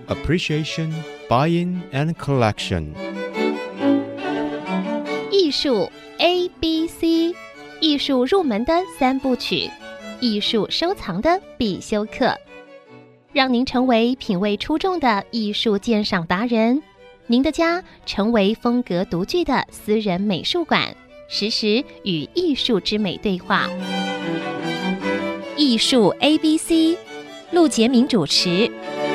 appreciation, buying and collection. 艺术 ABC， 艺术入门的3部曲，艺术收藏的必修课，让您成为品味出众的艺术鉴赏达人，您的家成为风格独具的私人美术馆，时时与艺术之美对话。艺术 ABC， 陆杰明主持。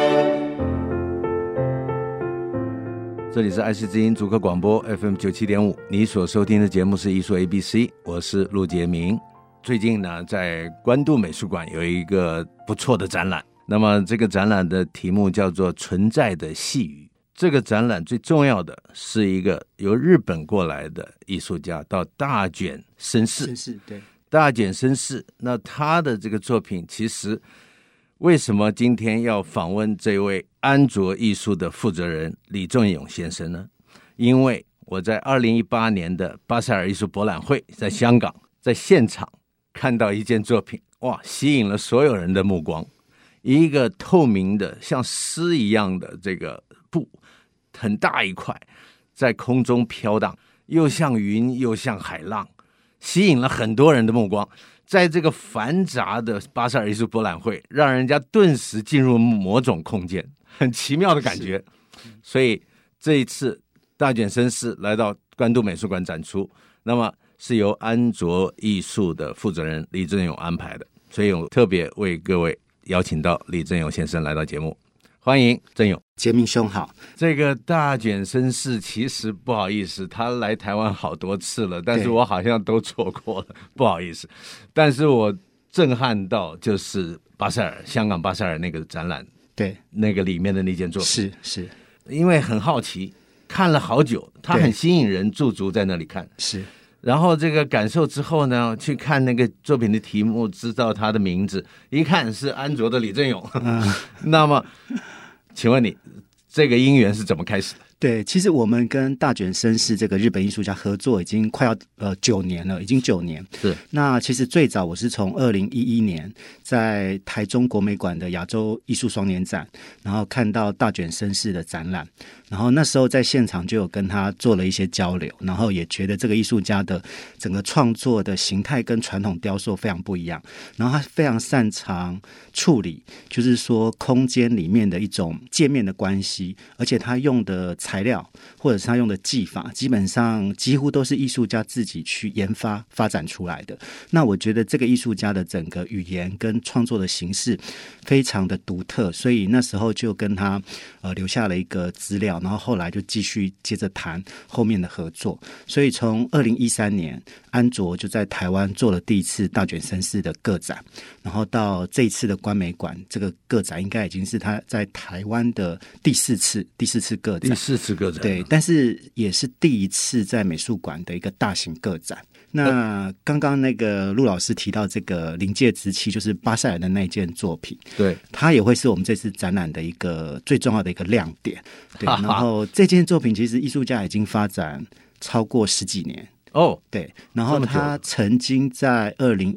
这里是爱惜之音主客广播 FM 97.5， 你所收听的节目是艺术 ABC， 我是陆杰明。最近呢，在关渡美术馆有一个不错的展览，那么这个展览的题目叫做存在的细语。这个展览最重要的是一个由日本过来的艺术家到大卷绅士， 对， 大卷绅士。那他的这个作品，其实为什么今天要访问这位安卓艺术的负责人李正勇先生呢？因为我在2018年的巴塞尔艺术博览会在香港，在现场看到一件作品，哇，吸引了所有人的目光。一个透明的像丝一样的这个布，很大一块，在空中飘荡，又像云又像海浪，吸引了很多人的目光。在这个繁杂的巴塞尔艺术博览会，让人家顿时进入某种空间，很奇妙的感觉。所以这一次大卷绅士来到关渡美术馆展出，那么是由安卓艺术的负责人李正勇安排的，所以我特别为各位邀请到李正勇先生来到节目，欢迎正勇。 杰明兄好。 这个大卷绅士其实不好意思，他来台湾好多次了，但是我好像都错过了，不好意思。但是我震撼到就是巴塞尔，香港巴塞尔那个展览， 对， 那个里面的那件作品， 是因为很好奇，看了好久，它很吸引人，驻足在那里看， 是。 然后这个感受之后呢，去看那个作品的题目，知道他的名字，一看是安卓的李正勇。那么请问你这个因缘是怎么开始的？ 对，其实我们跟大卷绅士这个日本艺术家合作已经快要9年了，已经9年。 是。 那其实最早我是从2011年在台中国美馆的亚洲艺术双年展，然后看到大卷绅士的展览，然后那时候在现场就有跟他做了一些交流，然后也觉得这个艺术家的整个创作的形态跟传统雕塑非常不一样，然后他非常擅长处理，就是说空间里面的一种界面的关系，而且他用的材料或者是他用的技法，基本上几乎都是艺术家自己去研发发展出来的。那我觉得这个艺术家的整个语言跟创作的形式非常的独特，所以那时候就跟他留下了一个资料，然后后来就继续接着谈后面的合作。所以从2013年安卓就在台湾做了第一次大卷绅士的个展，然后到这一次的关美馆，这个个展应该已经是他在台湾的第四次个展。 第4次个展。 对，但是也是第一次在美术馆的一个大型个展。那刚刚那个陆老师提到这个临界之气，就是巴塞尔的那件作品， 对， 它也会是我们这次展览的一个最重要的一个亮点。对，然后这件作品其实艺术家已经发展超过10几年。 哦， 对，然后他曾经在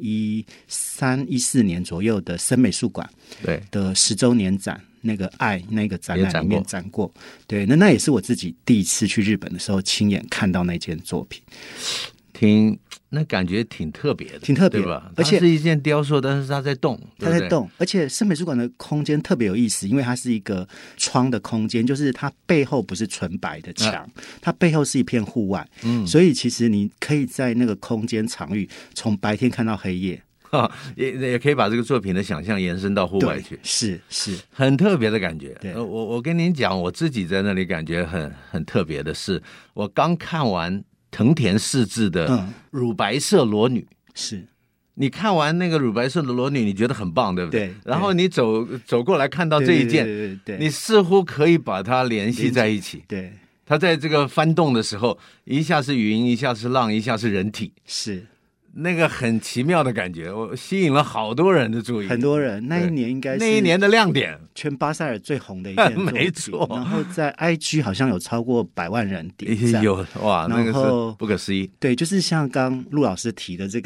2013、14年左右的深美术馆的10周年展，那个爱那个展览里面展过。对，那也是我自己第一次去日本的时候亲眼看到那件作品。 那感觉挺特别的，对吧？ 而且它是一件雕塑，但是它在动， 它在动，而且深美术馆的空间特别有意思，因为它是一个窗的空间，就是它背后不是纯白的墙，它背后是一片户外，所以其实你可以在那个空间场域从白天看到黑夜。 也可以把这个作品的想象延伸到户外去， 是很特别的感觉。 对， 我跟您讲，我自己在那里感觉很特别的是，我刚看完藤田嗣治的乳白色裸女， 是你看完那个乳白色的裸女，你觉得很棒，对不对？ 对。 然后你走过来看到这一件， 对， 你似乎可以把它联系在一起。 对， 它在这个翻动的时候，一下是云，一下是浪，一下是人体， 是那个很奇妙的感觉，我吸引了好多人的注意。 很多人那一年应该是那一年的亮点， 全巴塞尔最红的一件作品没错。 然后在 IG 好像有超过100万人点赞， 有哇，那个是不可思议。 对，就是像刚陆老师提的这个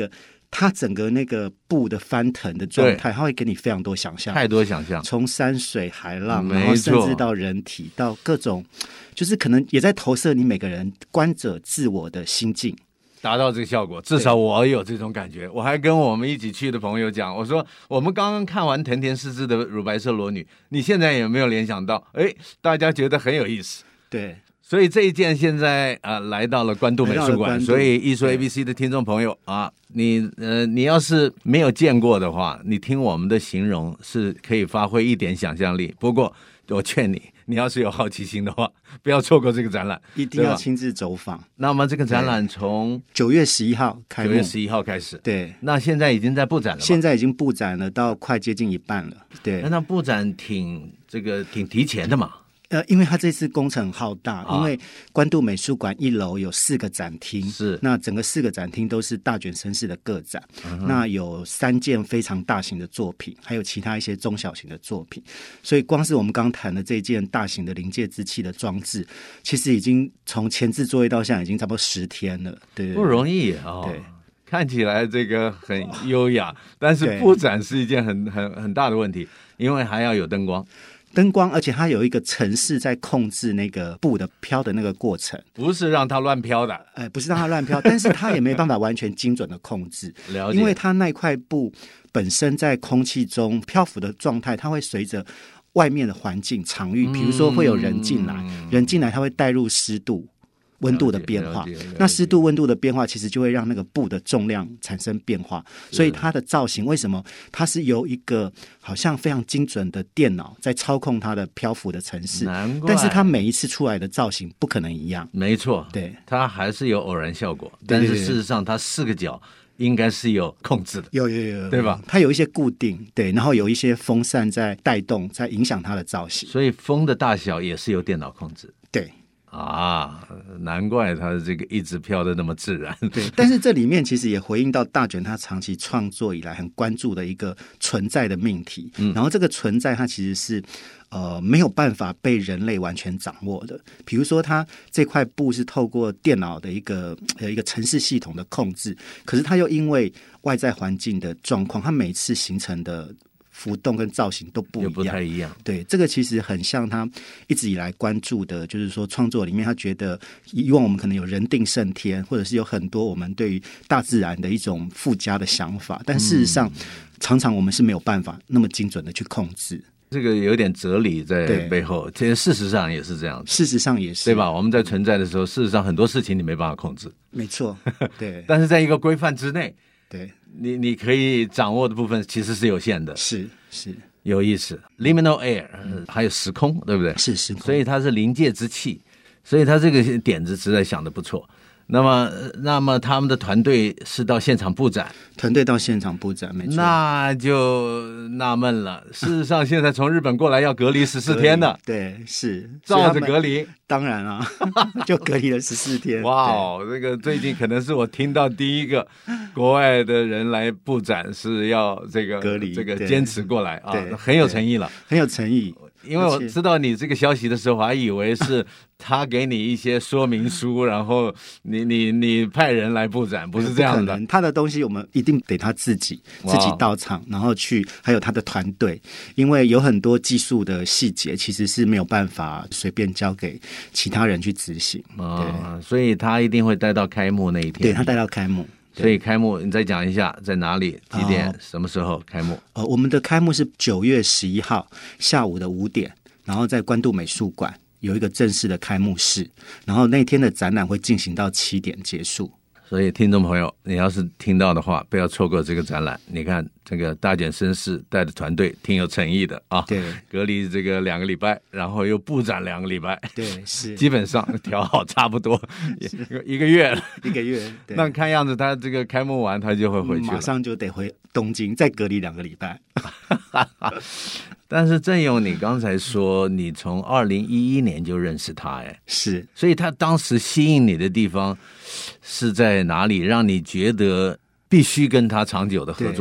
它整个那个布的翻腾的状态，它会给你非常多想象， 太多想象， 从山水海浪， 没错， 然后甚至到人体，到各种，就是可能也在投射你每个人观者自我的心境。 达到这个效果，至少我有这种感觉。我还跟我们一起去的朋友讲，我说我们刚刚看完藤田嗣治的《乳白色裸女》，你现在有没有联想到？大家觉得很有意思。 对， 所以这一件现在来到了关渡美术馆，所以艺术 ABC 的听众朋友啊，你要是没有见过的话，你听我们的形容是可以发挥一点想象力。不过我劝你要是有好奇心的话，不要错过这个展览， 一定要亲自走访。 那么这个展览从 9月11号开幕，9 月11号开始。 对， 那现在已经在布展了吗？ 现在已经布展了，到快接近一半了。对， 那布展挺提前的嘛。 因为它这次工程很浩大，因为关渡美术馆1楼有4个展厅， 是那整个4个展厅都是大卷绅士的个展，那有3件非常大型的作品，还有其他一些中小型的作品，所以光是我们刚谈的这件大型的临界之气的装置，其实已经从前置作业到现在已经差不多10天了，对， 不容易啊。 对。 看起来这个很优雅，但是布展是一件很大的问题，因为还要有灯光， 而且它有一个程式在控制那个布的飘的那个过程， 不是让它乱飘的， 不是让它乱飘，但是它也没办法完全精准的控制， 了解， 因为它那块布本身在空气中漂浮的状态，它会随着外面的环境场域，比如说会有人进来，它会带入湿度。温度的变化，那湿度温度的变化其实就会让那个布的重量产生变化，所以它的造型为什么它是由一个好像非常精准的电脑在操控它的漂浮的程式，但是它每一次出来的造型不可能一样。 没错， 对， 它还是有偶然效果，但是事实上它4个角应该是有控制的，有，对吧？ 它有一些固定，对，然后有一些风扇在带动，在影响它的造型， 所以风的大小也是由电脑控制， 对。 难怪它这个一直飘得那么自然。 对，但是这里面其实也回应到大卷他长期创作以来很关注的一个存在的命题。然后这个存在它其实是没有办法被人类完全掌握的。比如说它这块布是透过电脑的一个程式系统的控制，可是它又因为外在环境的状况，它每次形成的浮动跟造型都不一样， 不太一样。 对，这个其实很像他一直以来关注的，就是说创作里面，他觉得以往我们可能有人定胜天，或者是有很多我们对于大自然的一种附加的想法，但事实上，常常我们是没有办法那么精准的去控制。 这个有点哲理在背后，其实事实上也是这样子。 事实上也是， 对吧？我们在存在的时候，事实上很多事情你没办法控制， 没错，对。 但是在一个规范之内。 对， 你可以掌握的部分其实是有限的， 是有意思。Liminal air，还有时空，对不对？ 是时空， 所以它是临界之气，所以它这个点子实在想得不错。那么他们的团队是到现场布展，没错。那就纳闷了，事实上现在从日本过来要隔离14天的， 对，是照着隔离。 当然啊，就隔离了14天。 哇哦，这个最近可能是我听到第一个国外的人来布展是要这个隔离， 这个坚持过来啊，很有诚意了， 很有诚意。 因为我知道你这个消息的时候，我还以为是他给你一些说明书，然后你派人来布展，不是这样的。 他的东西我们一定得他自己到场，然后去，还有他的团队，因为有很多技术的细节其实是没有办法随便交给其他人去执行。 所以他一定会待到开幕那一天。 对，他待到开幕。 所以开幕你再讲一下在哪里几点什么时候开幕？ 我们的开幕是9月11号下午的5点，然后在关渡美术馆有一个正式的开幕式，然后那天的展览会进行到7点结束。 所以听众朋友，你要是听到的话，不要错过这个展览。你看这个大卷绅士带的团队挺有诚意的啊， 对， 隔离这个2个礼拜，然后又布展2个礼拜， 对，是基本上调好差不多一个月了， 一个月。 那看样子他这个开幕完他就会回去了， 马上就得回东京，再隔离2个礼拜。 但是正勇，你刚才说你从2011年就认识他， 是， 所以他当时吸引你的地方是在哪里，让你觉得必须跟他长久的合作？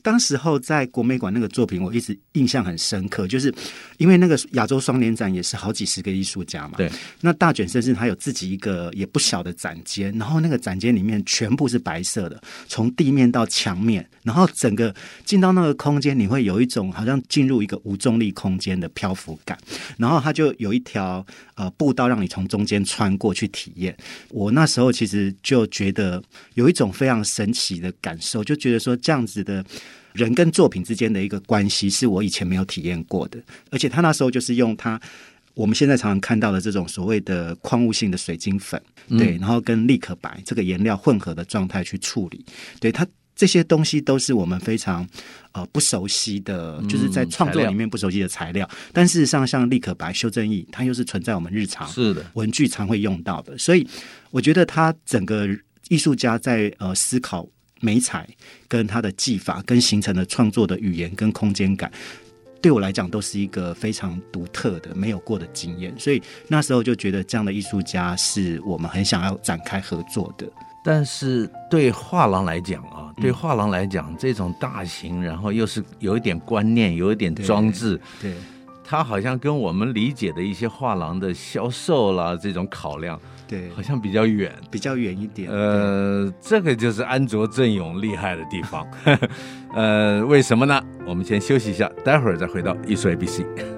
当时候在国美馆那个作品，我一直印象很深刻，就是因为那个亚洲双年展也是好几十个艺术家嘛。 对。 那大卷绅士他有自己一个也不小的展间，然后那个展间里面全部是白色的，从地面到墙面，然后整个进到那个空间，你会有一种好像进入一个无重力空间的漂浮感。然后它就有一条步道让你从中间穿过去体验。我那时候其实就觉得有一种非常神奇的感受，就觉得说这样子的人跟作品之间的一个关系是我以前没有体验过的，而且他那时候就是用他我们现在常常看到的这种所谓的矿物性的水晶粉，对，然后跟立可白这个颜料混合的状态去处理，对，它这些东西都是我们非常不熟悉的，就是在创作里面不熟悉的材料。但事实上，像立可白、修正液，它又是存在我们日常是的文具常会用到的。所以我觉得他整个艺术家在思考媒材跟他的技法跟形成的创作的语言跟空间感，对我来讲都是一个非常独特的没有过的经验。所以那时候就觉得这样的艺术家是我们很想要展开合作的。 但是对画廊来讲啊，对画廊来讲，这种大型，然后又是有一点观念，有一点装置， 对， 它好像跟我们理解的一些画廊的销售啦这种考量， 对， 好像比较远一点。 这个就是安卓正勇厉害的地方。为什么呢？我们先休息一下，待会儿再回到艺术 ABC。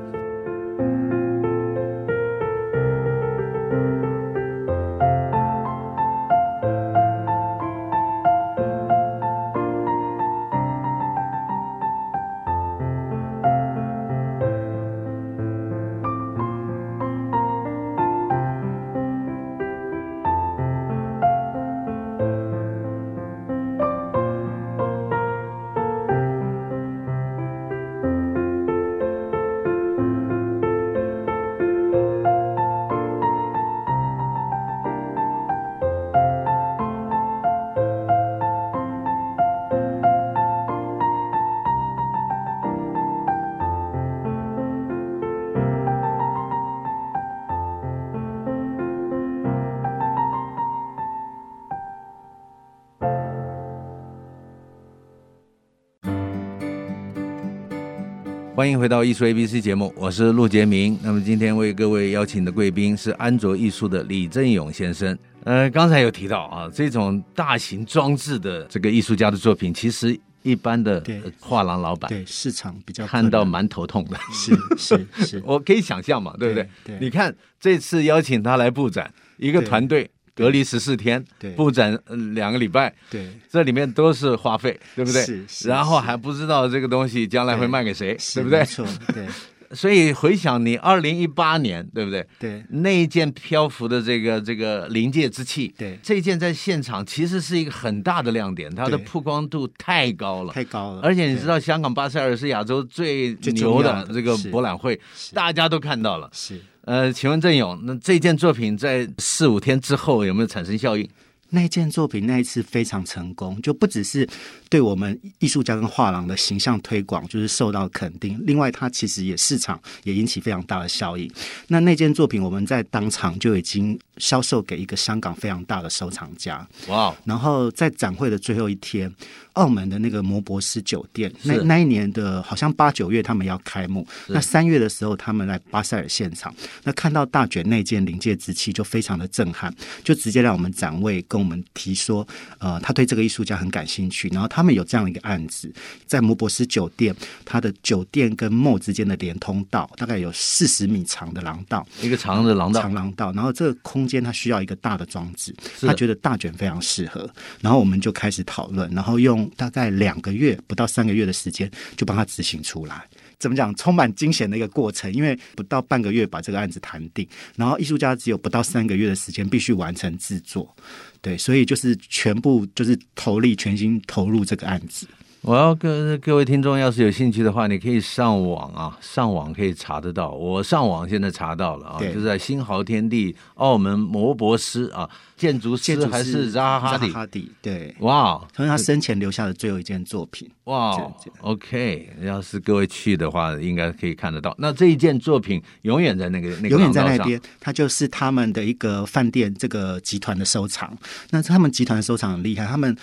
欢迎回到艺术 ABC 节目，我是陆杰明。那么今天为各位邀请的贵宾是安卓艺术的李正勇先生。刚才有提到啊，这种大型装置的这个艺术家的作品，其实一般的画廊老板对市场比较看到蛮头痛的。 是我可以想象嘛，对不对？ 对， 你看这次邀请他来布展，一个团队隔离14天，布展2个礼拜， 对， 这里面都是花费，对不对？ 是， 然后还不知道这个东西将来会卖给谁，对不对？ 没错，对。 所以回想你2018年，对不对？ 对， 那一件漂浮的这个临界之气， 对， 这一件在现场其实是一个很大的亮点，它的曝光度太高了，而且你知道，香港巴塞尔是亚洲最牛的这个博览会，大家都看到了。 是， 请问正勇，那这件作品在4-5天之后有没有产生效应？ 那件作品那一次非常成功，就不只是对我们艺术家跟画廊的形象推广就是受到肯定，另外它其实也市场也引起非常大的效应。那件作品我们在当场就已经销售给一个香港非常大的收藏家， 哇！ 然后在展会的最后一天，澳门的那个摩博斯酒店，那一年的好像8、9月他们要开幕，那3月的时候他们来巴塞尔现场，那看到大卷那件临界之气就非常的震撼，就直接让我们展位跟我们提说，他对这个艺术家很感兴趣，然后他们有这样的一个案子，在摩博斯酒店，它的酒店跟 mall 之间的连通道大概有40米长的廊道， 一个长的廊道， 长廊道，然后这个空间它需要一个大的装置，他觉得大卷非常适合，然后我们就开始讨论，然后用大概2个月不到3个月的时间就帮他执行出来。怎么讲，充满惊险的一个过程，因为不到半个月把这个案子谈定，然后艺术家只有不到3个月的时间必须完成制作，对，所以就是全部就是投力全心投入这个案子。 我要跟各位听众要是有兴趣的话，你可以上网可以查得到，我上网现在查到了啊，就是在新濠天地澳门摩博斯啊，建筑师还是扎哈迪， 对， 哇， 这是他生前留下的最后一件作品， 哇 ，OK， 要是各位去的话，应该可以看得到。那这一件作品永远在那个永远在那边，它就是他们的一个饭店这个集团的收藏。那他们集团的收藏很厉害，他们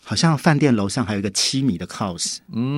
好像饭店楼上还有一个7米的 cos。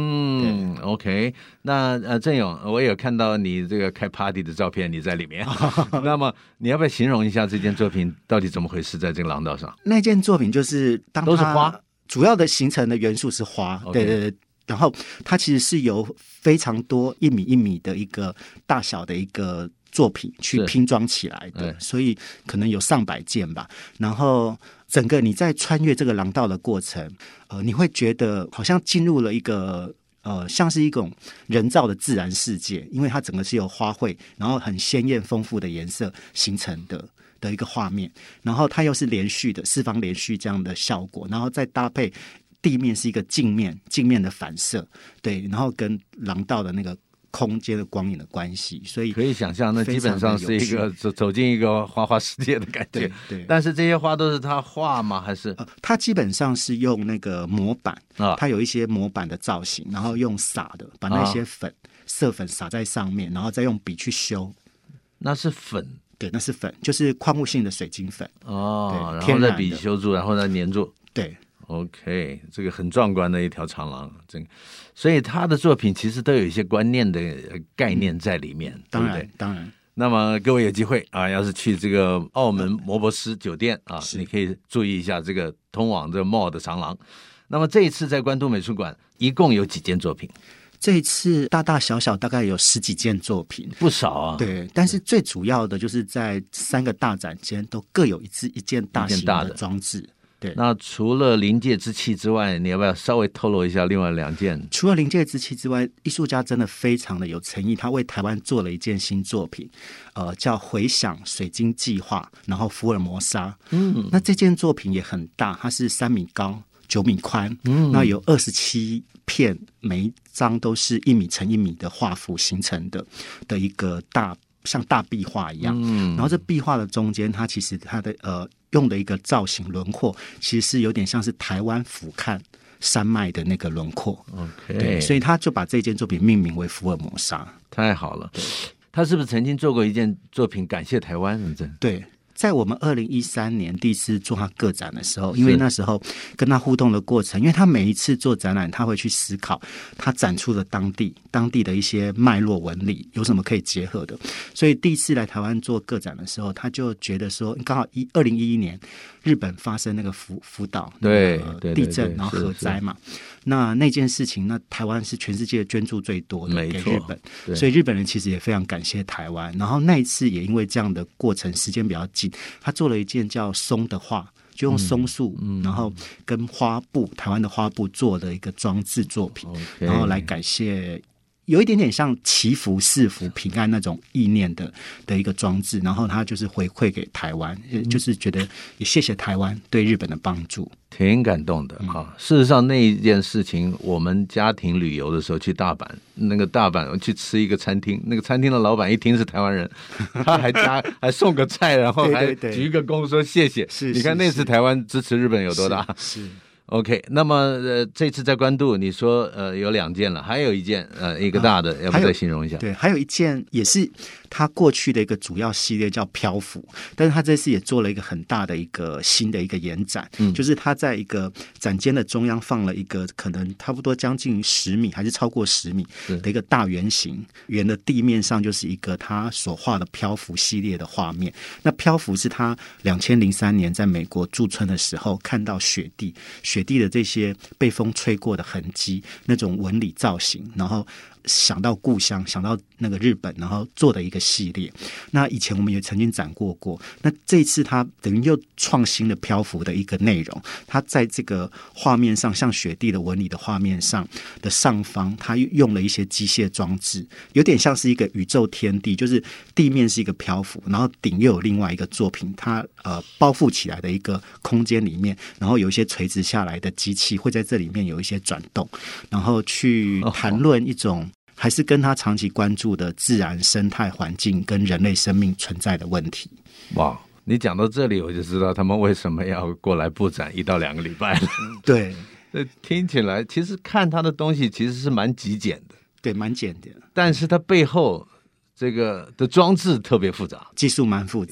OK， 那郑勇，我有看到你这个开 party 的照片，你在里面。那么你要不要形容一下这件作品到底怎么回事？在这个廊道上， 那件作品就是都是花， 主要的形成的元素是花。对对对。然后它其实是由非常多1米1米的一个大小的一个作品去拼装起来的，所以可能有上百件吧。然后整个你在穿越这个廊道的过程，你会觉得好像进入了一个像是一种人造的自然世界，因为它整个是由花卉，然后很鲜艳丰富的颜色形成的一个画面，然后它又是连续的4方连续这样的效果，然后再搭配地面是一个镜面的反射，对，然后跟廊道的那个空间的光影的关系，所以可以想象，那基本上是一个走进一个花花世界的感觉。 对， 但是这些花都是他画吗？还是他基本上是用那个模板他有一些模板的造型，然后用撒的把那些色粉撒在上面，然后再用笔去修。 那是粉？ 对，那是粉，就是矿物性的水晶粉。 然后再笔修住，然后再粘住。 对。 OK， 这个很壮观的一条长廊，所以他的作品其实都有一些观念的概念在里面， 当然对不对？ 当然。 那么各位有机会要是去这个澳门摩博斯酒店你可以注意一下这个通往这个 mall 的长廊。那么这一次在关渡美术馆一共有几件作品？ 这一次大大小小大概有10几件作品， 不少啊。 对，但是最主要的就是在3个大展间都各有一件大型的装置。对， 那除了临界之气之外，你要不要稍微透露一下另外2件？ 除了临界之气之外，艺术家真的非常的有诚意，他为台湾做了一件新作品，叫回响水晶计划，然后福尔摩沙。那这件作品也很大，它是3米高9米宽，那有27片，每一张都是1米乘1米的画幅形成的一个像大壁画一样。然后这壁画的中间，它其实它的用的一个造型轮廓，其实是有点像是台湾俯瞰山脉的那个轮廓。 OK， 对，所以他就把这件作品命名为福尔摩沙。 太好了，他是不是曾经做过一件作品感谢台湾？ 对。在我们2013年第一次做他个展的时候，因为那时候跟他互动的过程，因为他每一次做展览，他会去思考他展出的当地的一些脉络纹理有什么可以结合的，所以第一次来台湾做个展的时候，他就觉得说，刚好2011年日本发生那个福岛地震，然后核灾嘛，那件事情，那台湾是全世界捐助最多的给日本，所以日本人其实也非常感谢台湾。然后那一次也因为这样的过程时间比较近，他做了一件叫松的画，就用松树，然后跟花布，台湾的花布做的一个装置作品，然后来感谢。有一点点像祈福、赐福、平安那种意念的一个装置，然后他就是回馈给台湾，就是觉得也谢谢台湾对日本的帮助， 挺感动的事实上，那一件事情，我们家庭旅游的时候去大阪，那个大阪去吃一个餐厅，那个餐厅的老板一听是台湾人，他还送个菜，然后还鞠个躬说谢谢。你看那次台湾支持日本有多大？ 是。 OK， 那么这次在关渡，你说有2件了，还有一件一个大的，要不再形容一下？ 对，还有一件也是他过去的一个主要系列叫漂浮，但是他这次也做了一个很大的一个新的一个延展，就是他在一个展间的中央放了一个可能差不多将近10米还是超过10米的一个大圆形，圆的地面上就是一个他所画的漂浮系列的画面。那漂浮是他2003年在美国驻村的时候看到雪地的这些被风吹过的痕迹，那种纹理造型，然后想到故乡，想到那个日本，然后做的一个系列。那以前我们也曾经展过，那这一次他等于又创新了漂浮的一个内容，他在这个画面上，像雪地的纹理的画面上的上方，他用了一些机械装置，有点像是一个宇宙天地，就是地面是一个漂浮，然后顶又有另外一个作品，它包覆起来的一个空间里面，然后有一些垂直下来的机器会在这里面有一些转动，然后去谈论一种还是跟他长期关注的自然生态环境跟人类生命存在的问题。 哇，你讲到这里我就知道他们为什么要过来布展1到2个礼拜了。 对， 听起来其实看他的东西其实是蛮极简的， 对，蛮简的， 但是它背后这个的装置特别复杂， 技术蛮复杂。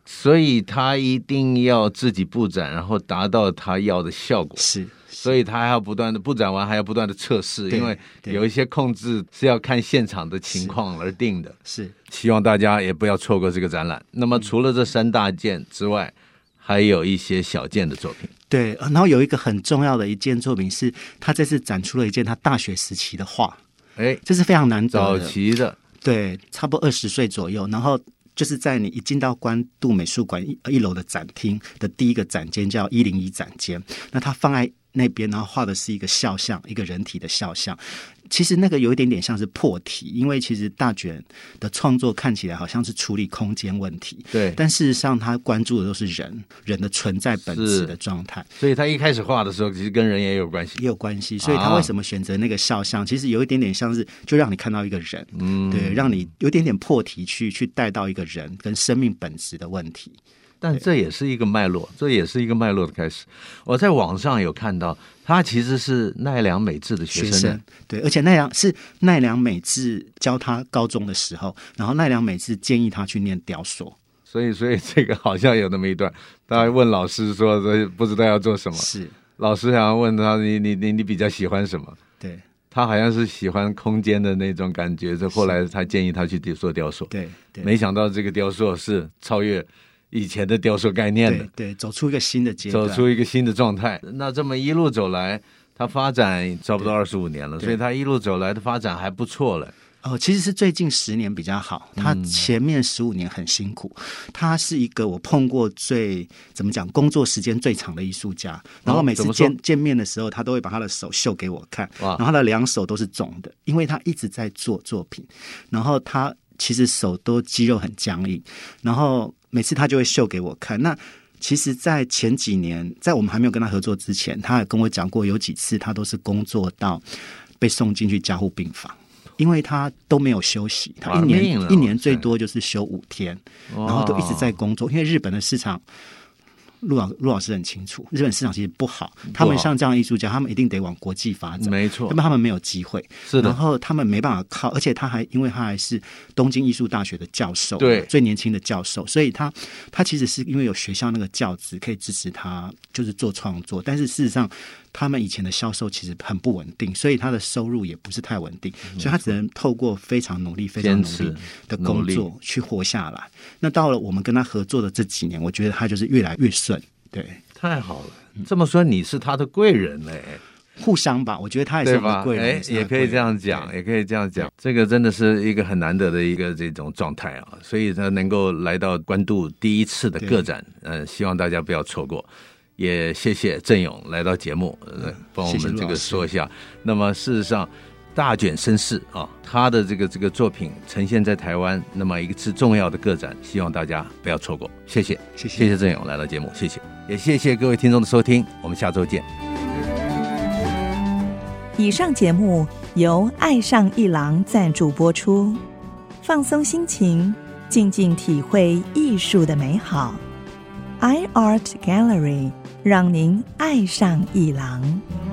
所以他一定要自己布展，然后达到他要的效果。 是， 所以他还要不断的布展完，还要不断的测试，因为有一些控制是要看现场的情况而定的。 是， 希望大家也不要错过这个展览。那么除了这3大件之外，还有一些小件的作品。 对，然后有一个很重要的一件作品是，他这次展出了一件他大学时期的画，这是非常难得的， 早期的， 对，差不多20岁左右，然后。就是在你一进到关渡美术馆1楼的展厅的第一个展间叫101展间，那它放在那边，然后画的是一个肖像，一个人体的肖像。其实那个有一点点像是破题，因为其实大卷的创作看起来好像是处理空间问题， 对， 但事实上他关注的都是人的存在本质的状态。 所以他一开始画的时候，其实跟人也有关系， 也有关系。所以他为什么选择那个肖像，其实有一点点像是就让你看到一个人，对，让你有点点破题去带到一个人跟生命本质的问题。 但这也是一个脉络，这也是一个脉络的开始。我在网上有看到，他其实是奈良美智的学生， 对，而且奈良美智教他高中的时候，然后奈良美智建议他去念雕塑， 所以这个好像有那么一段，他问老师说不知道要做什么， 是老师想要问他你比较喜欢什么？ 对。 他好像是喜欢空间的那种感觉，这后来他建议他去做雕塑， 对， 没想到这个雕塑是超越以前的雕塑概念的， 对，走出一个新的阶段， 走出一个新的状态。那这么一路走来，他发展差不多25年了，所以他一路走来的发展还不错了。 其实是最近10年比较好，他前面15年很辛苦。他是一个我碰过怎么讲工作时间最长的艺术家，然后每次见面的时候，他都会把他的手秀给我看，然后他的2手都是肿的，因为他一直在做作品，然后他其实手都肌肉很僵硬，然后每次他就会秀给我看。那其实在前几年，在我们还没有跟他合作之前，他也跟我讲过有几次他都是工作到被送进去加护病房，因为他都没有休息，他一年最多就是休5天，然后都一直在工作。因为日本的市场，陆老师很清楚，日本市场其实不好，他们像这样的艺术家，他们一定得往国际发展， 没错， 要不然他们没有机会。 是的， 然后他们没办法靠，而且因为他还是东京艺术大学的教授， 对， 最年轻的教授，所以他其实是因为有学校那个教职可以支持他，就是做创作，但是事实上。他们以前的销售其实很不稳定，所以他的收入也不是太稳定，所以他只能透过非常努力、非常努力的工作去活下来。那到了我们跟他合作的这几年，我觉得他就是越来越顺。对， 太好了。这么说你是他的贵人嘞？ 互相吧，我觉得他也是我的贵人， 也可以这样讲，也可以这样讲。这个真的是一个很难得的一个这种状态啊，所以他能够来到关渡第一次的个展，希望大家不要错过。也谢谢郑勇来到节目，帮我们这个说一下。那么事实上，大卷绅士啊，他的这个作品呈现在台湾，那么一次重要的个展，希望大家不要错过。谢谢郑勇来到节目，谢谢，也谢谢各位听众的收听，我们下周见。 以上节目由爱上一郎赞助播出，放松心情，静静体会艺术的美好。iArt Gallery 让您爱上一郎。